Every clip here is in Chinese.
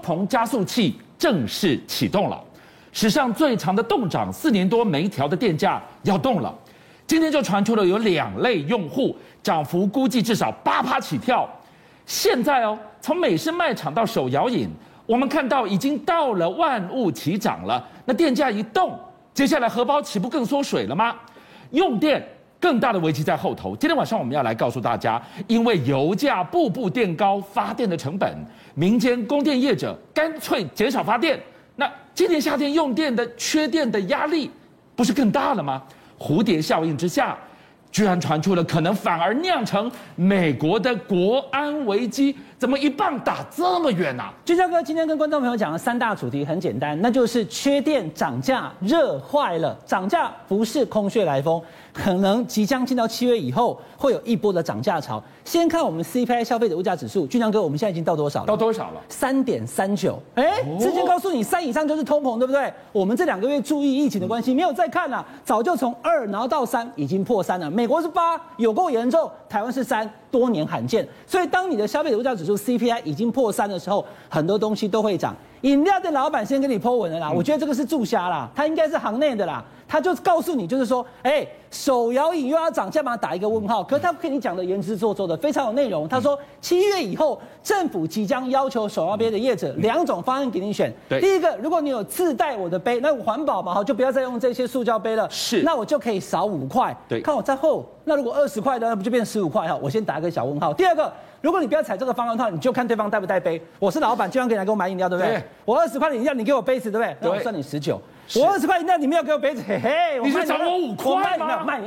膨加速器正式启动了，史上最长的冻涨，4年多没调的电价要动了。今天就传出了有2类用户涨幅估计至少8%起跳。现在从美式卖场到手摇饮，我们看到已经到了万物齐涨了。那电价一动，接下来荷包岂不更缩水了吗？用电更大的危机在后头。今天晚上我们要来告诉大家，因为油价步步垫高发电的成本，民间供电业者干脆减少发电。那今年夏天用电的缺电的压力不是更大了吗？蝴蝶效应之下，居然传出了可能反而酿成美国的国安危机，怎么一棒打这么远啊？ 俊相哥今天跟观众朋友讲的3大主题很简单，那就是缺电、涨价、热坏了。涨价不是空穴来风，可能即将进到7月以后会有一波的涨价潮。先看我们 CPI 消费者物价指数，俊相哥，我们现在已经到多少了？ 到多少了 ？3.39。之前告诉你3以上就是通膨，对不对？我们这2个月注意疫情的关系，没有再看了，早就从2然后到3，已经破3了。美国是8，有够严重；台湾是3，多年罕见。所以当你的消费者物价指数 CPI 已经破3的时候，很多东西都会涨。饮料店老板先跟你 po 文了啦，我觉得这个是注虾啦，他应该是行内的啦，他就告诉你，就是说，手摇饮又要涨价，把它打一个问号。可是他跟你讲的言之凿凿的，非常有内容。他说7月以后，政府即将要求手摇杯的业者2种方案给你选。第一个，如果你有自带我的杯，那我环保嘛，就不要再用这些塑胶杯了， 是， 那我就可以少5块。 对， 看我在后，那如果20块的，那不就变15块哈？我先打一个小问号。第二个，如果你不要采这个方案的话，你就看对方带不带杯。我是老板，就像给你来给我买饮料，对不对？我20块的饮料，你给我杯子，对不对？那我算你19。我20块饮料，你没有给我杯子，嘿嘿， 你是涨我5块吗？ 卖你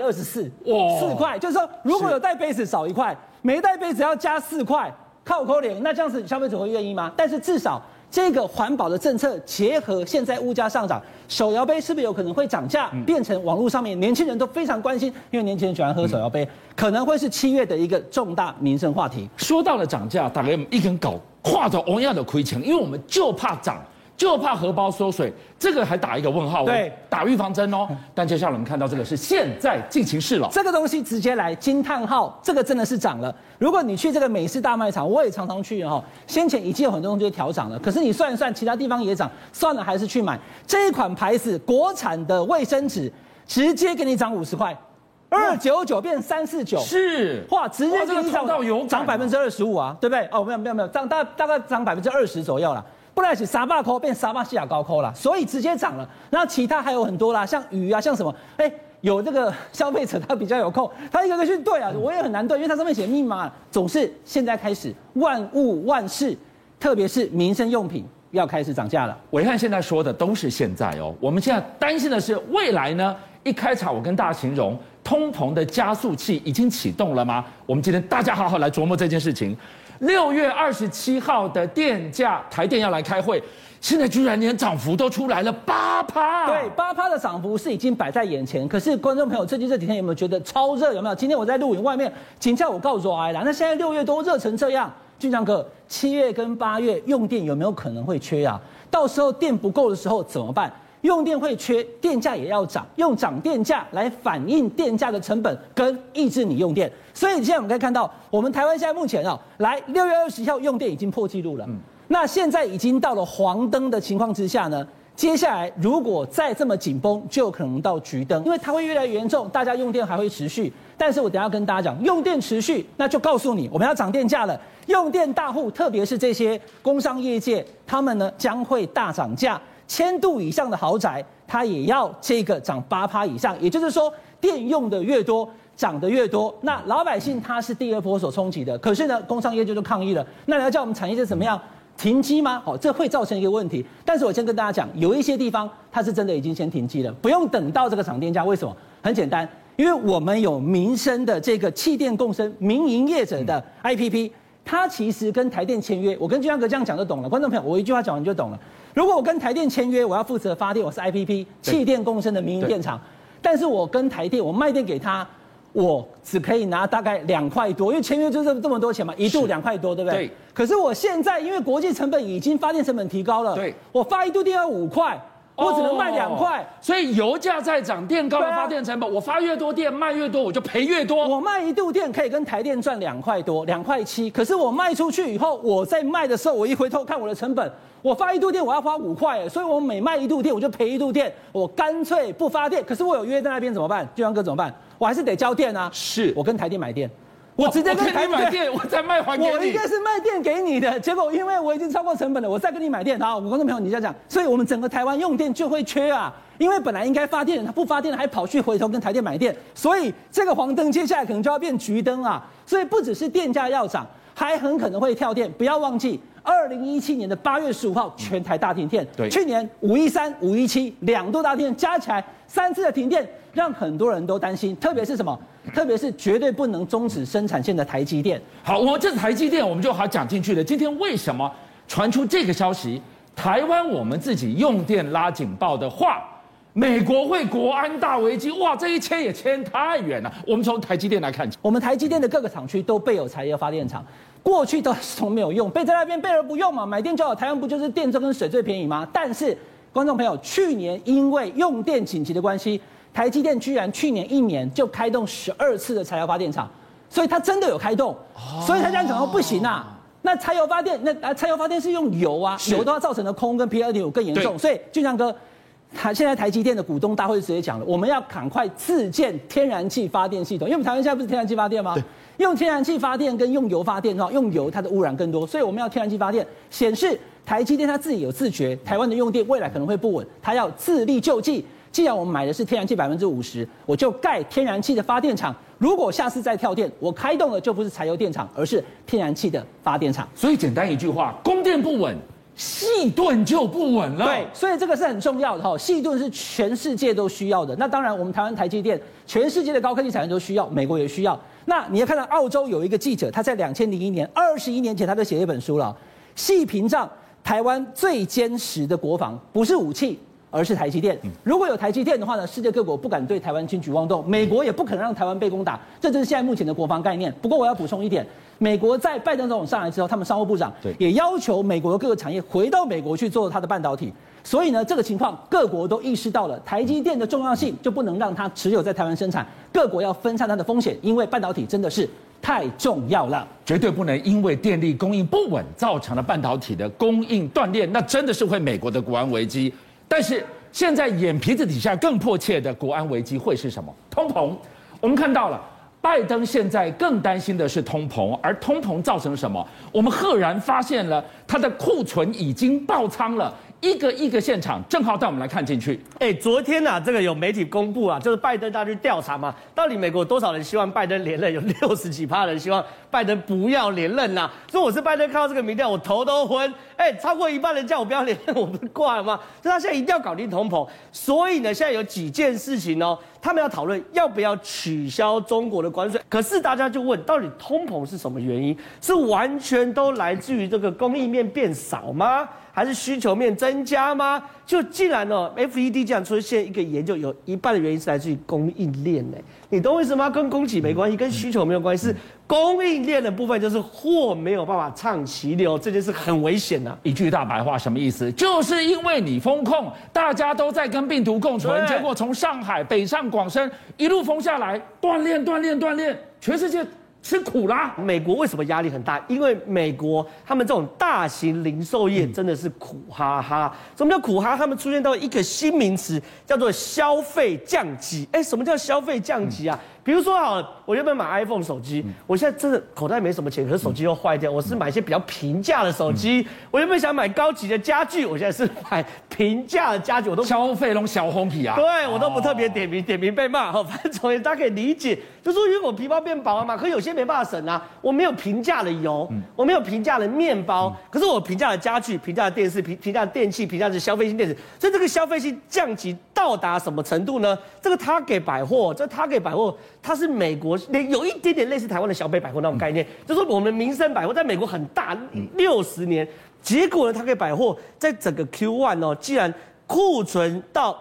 24，4块，就是说如果有带杯子少1块，没带杯子要加4块，靠口脸，那这样子消费者会愿意吗？但是至少这个环保的政策结合现在物价上涨，手摇杯是不是有可能会涨价，变成网络上面年轻人都非常关心，因为年轻人喜欢喝手摇杯，可能会是7月的一个重大民生话题。 说到了涨价，大概一根搞跨着同样的亏钱，因为我们就怕涨。就怕荷包缩水，这个还打一个问号， 对， 打预防针哦。但接下来我们看到这个是现在进行式了， 这个东西直接来惊叹号，这个真的是涨了。如果你去这个美式大卖场，我也常常去先前已经有很多东西调涨了，可是你算一算，其他地方也涨，算了还是去买这一款牌子国产的卫生纸，直接给你涨50块。299变349， 是哇，直接给你涨到有涨25%啊，对不对？没有，涨大概涨20%左右了。不然是300块变300西高扣了，所以直接涨了。那其他还有很多啦，像鱼啊，像什么，有这个消费者他比较有空，他一个个去对啊，我也很难对，因为他上面写密码。总是现在开始万物万事，特别是民生用品要开始涨价了。 暐瀚现在说的都是现在哦，我们现在担心的是未来呢？一开场我跟大家形容，通膨的加速器已经启动了吗？我们今天大家好好来琢磨这件事情。6月27号的电价，台电要来开会，现在居然连涨幅都出来了8%。 对，8%的涨幅是已经摆在眼前。可是观众朋友，最近这几天有没有觉得超热？有没有？今天我在录影外面，请叫我告诉我啦。那现在6月都热成这样，俊相哥，7月跟8月用电有没有可能会缺啊？到时候电不够的时候怎么办？用电会缺，电价也要涨，用涨电价来反映电价的成本跟抑制你用电。所以现在我们可以看到，我们台湾现在目前来6月20号用电已经破纪录了。那现在已经到了黄灯的情况之下呢，接下来如果再这么紧绷，就有可能到橘灯，因为它会越来越严重，大家用电还会持续。但是我等一下跟大家讲，用电持续，那就告诉你我们要涨电价了。用电大户，特别是这些工商业界，他们呢将会大涨价。1000度以上的豪宅，它也要这个涨8%以上，也就是说，电用的越多，涨得越多。那老百姓他是第2波所冲击的，可是呢，工商业界就抗议了。那你要叫我们产业界怎么样停机吗？这会造成一个问题。但是我先跟大家讲，有一些地方它是真的已经先停机了，不用等到这个涨电价。为什么？很简单，因为我们有民生的这个气电共生民营业者的 IPP。他其实跟台电签约，我跟俊相哥这样讲就懂了。观众朋友，我一句话讲完就懂了。如果我跟台电签约，我要负责发电，我是 IPP 气电共生的民营电厂，但是我跟台电，我卖电给他，我只可以拿大概2块多，因为签约就是这么多钱嘛，一度2块多，对不对？对。可是我现在因为国际成本已经发电成本提高了，对，我发一度电要5块。 我只能卖2块。 所以油价在涨，电高的发电成本，我发越多电卖越多，我就赔越多。 我卖1度电可以跟台电赚2块多，2块7，可是我卖出去以后，我在卖的时候，我一回头看我的成本，我发1度电我要花5块，所以我每卖1度电我就赔1度电，我干脆不发电。可是我有约在那边怎么办？俊相哥怎么办？我还是得交电啊。 是我跟台电买电。我直接跟台电买电，我再卖还给你。 我应该是卖电给你的，结果因为我已经超过成本了，我再跟你买电。好，我观众朋友你这样讲，所以我们整个台湾用电就会缺啊，因为本来应该发电的，他不发电的还跑去回头跟台电买电，所以这个黄灯接下来可能就要变橘灯啊。所以不只是电价要涨，还很可能会跳电。不要忘记，2017年的8月15号全台大停电， 对， 去年513、5172度大停电加起来3次的停电，让很多人都担心，特别是什么？特别是绝对不能终止生产线的台积电。 好，这台积电我们就好讲进去了。今天为什么传出这个消息？台湾我们自己用电拉警报的话，美国会国安大危机。哇，这一牵也牵太远了。我们从台积电来看， 我们台积电的各个厂区都备有柴油发电厂，过去都从没有用，备在那边备而不用嘛，买电就好。台湾不就是电最跟水最便宜吗？但是观众朋友，去年因为用电紧急的关系，台积电居然去年1年就开动12次的柴油发电厂，所以它真的有开动，所以他这样讲说不行啊。那柴油发电，柴油发电是用油啊，油的话造成的空跟 PM2.5更严重，所以俊相哥，现在台积电的股东大会直接讲了，我们要赶快自建天然气发电系统，因为我们台湾现在不是天然气发电吗？用天然气发电跟用油发电的话，用油它的污染更多，所以我们要天然气发电，显示台积电它自己有自觉，台湾的用电未来可能会不稳，它要自力救济。既然我们买的是天然气50%，我就盖天然气的发电厂。如果下次再跳电，我开动的就不是柴油电厂，而是天然气的发电厂。 所以简单一句话，供电不稳，细盾就不稳了。 对，所以这个是很重要的哈。细盾是全世界都需要的。那当然，我们台湾台积电，全世界的高科技产业都需要，美国也需要。那你要看到澳洲有一个记者，他在2001年，21年前他就写一本书了，细屏障台湾最坚实的国防不是武器，而是台积电。如果有台积电的话呢，世界各国不敢对台湾轻举妄动，美国也不可能让台湾被攻打，这就是现在目前的国防概念。不过我要补充一点，美国在拜登总统上来之后，他们商务部长也要求美国的各个产业回到美国去做它的半导体。所以呢，这个情况各国都意识到了台积电的重要性，就不能让它持有在台湾生产，各国要分散它的风险，因为半导体真的是太重要了， 绝对不能因为电力供应不稳造成了半导体的供应断裂，那真的是会美国的国安危机。但是现在眼皮子底下更迫切的国安危机会是什么？通膨。我们看到了，拜登现在更担心的是通膨，而通膨造成什么？我们赫然发现了他的库存已经爆仓了。一个现场，正好带我们来看进去。 昨天啊，这个有媒体公布啊，就是拜登他去调查嘛，到底美国有多少人希望拜登连任？有60几%人希望拜登不要连任呐。所以我是拜登，看到这个民调我头都昏。超过1半人叫我不要连任，我不是挂了吗？所以他现在一定要搞定通膨。所以呢，现在有几件事情哦，他们要讨论要不要取消中国的关税。可是大家就问，到底通膨是什么原因？是完全都来自于这个供应面变少吗？还是需求面增加吗？就竟然FED 这样出现一个研究，有1半的原因是来自于供应链呢。你懂我意思吗？跟供给没关系，跟需求没有关系，是供应链的部分，就是货没有办法畅其流，这件事很危险啊。 一句大白话，什么意思？就是因为你封控，大家都在跟病毒共存，结果从上海北上广深一路封下来，断链，全世界吃苦啦！ 美国为什么压力很大？因为美国他们这种大型零售业真的是苦哈哈。什么叫苦哈？他们出现到一个新名词，叫做消费降级。什么叫消费降级啊？比如说好了，我原本买 iPhone 手机，我现在真的口袋没什么钱，可是手机又坏掉，我是买一些比较平价的手机。我原本想买高级的家具，我现在是买平价的家具，我都消费龙小红皮啊。 对，我都不特别点名被骂。反正总之大家可以理解，就说因为我皮包变薄了嘛，可有些没办法省啊。我没有平价的油，我没有平价的面包，可是我平价的家具、平价的电视、平价的电器、平价的消费性电子，所以这个消费性降级到达什么程度呢？这个Target百货，它是美国有一点点类似台湾的小北百货那种概念，就是说我们民生百货在美国很大，60年，结果呢，Target百货在整个 Q1 既然库存到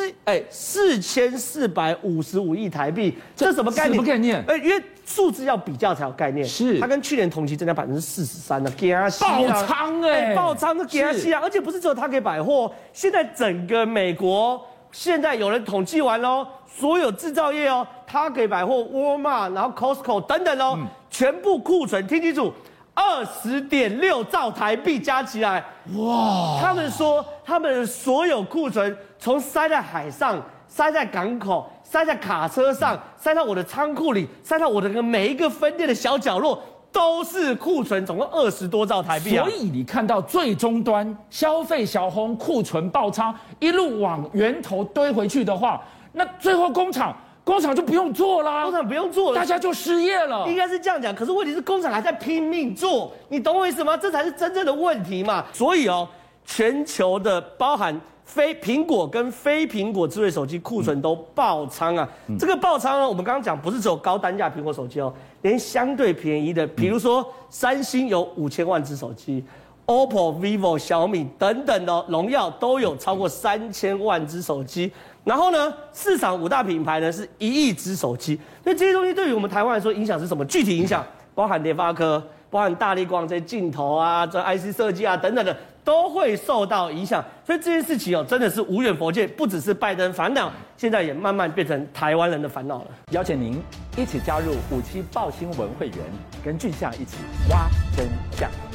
4455亿台币，这什么概念？ 什么概念？ 因为数字要比较才有概念。 是， 它跟去年同期增加43%呢， 爆仓爆仓的给它吸啊！而且不是只有它给百货，现在整个美国现在有人统计完喽，所有制造业哦，它给百货、沃尔玛，然后 Costco 等等哦，全部库存，听清楚。20.6兆台币加起来，哇！他们说他们的所有库存从塞在海上、塞在港口、塞在卡车上、塞到我的仓库里、塞到我的每一个分店的小角落，都是库存，总共20多兆台币啊！ 所以你看到最终端消费小红库存爆仓，一路往源头堆回去的话，那最后工厂就不用做啦， 工厂不用做了， 大家就失业了。 应该是这样讲，可是问题是工厂还在拼命做，你懂我意思吗？这才是真正的问题嘛。所以哦，全球的包含苹果跟非苹果智慧手机库存都爆仓啊。这个爆仓呢，我们刚刚讲不是只有高单价苹果手机哦，连相对便宜的，比如说三星有5000万只手机。OPPO、vivo、小米等等的荣耀都有超过3000万只手机，然后呢，市场5大品牌呢是1亿只手机。那这些东西对于我们台湾来说影响是什么？具体影响包含联发科、包含大立光这些镜头啊、这 IC 设计啊等等的，都会受到影响。所以这件事情哦，真的是无远弗届，不只是拜登烦恼，现在也慢慢变成台湾人的烦恼了。 邀请您一起加入57爆新闻会员，跟俊相一起挖真相。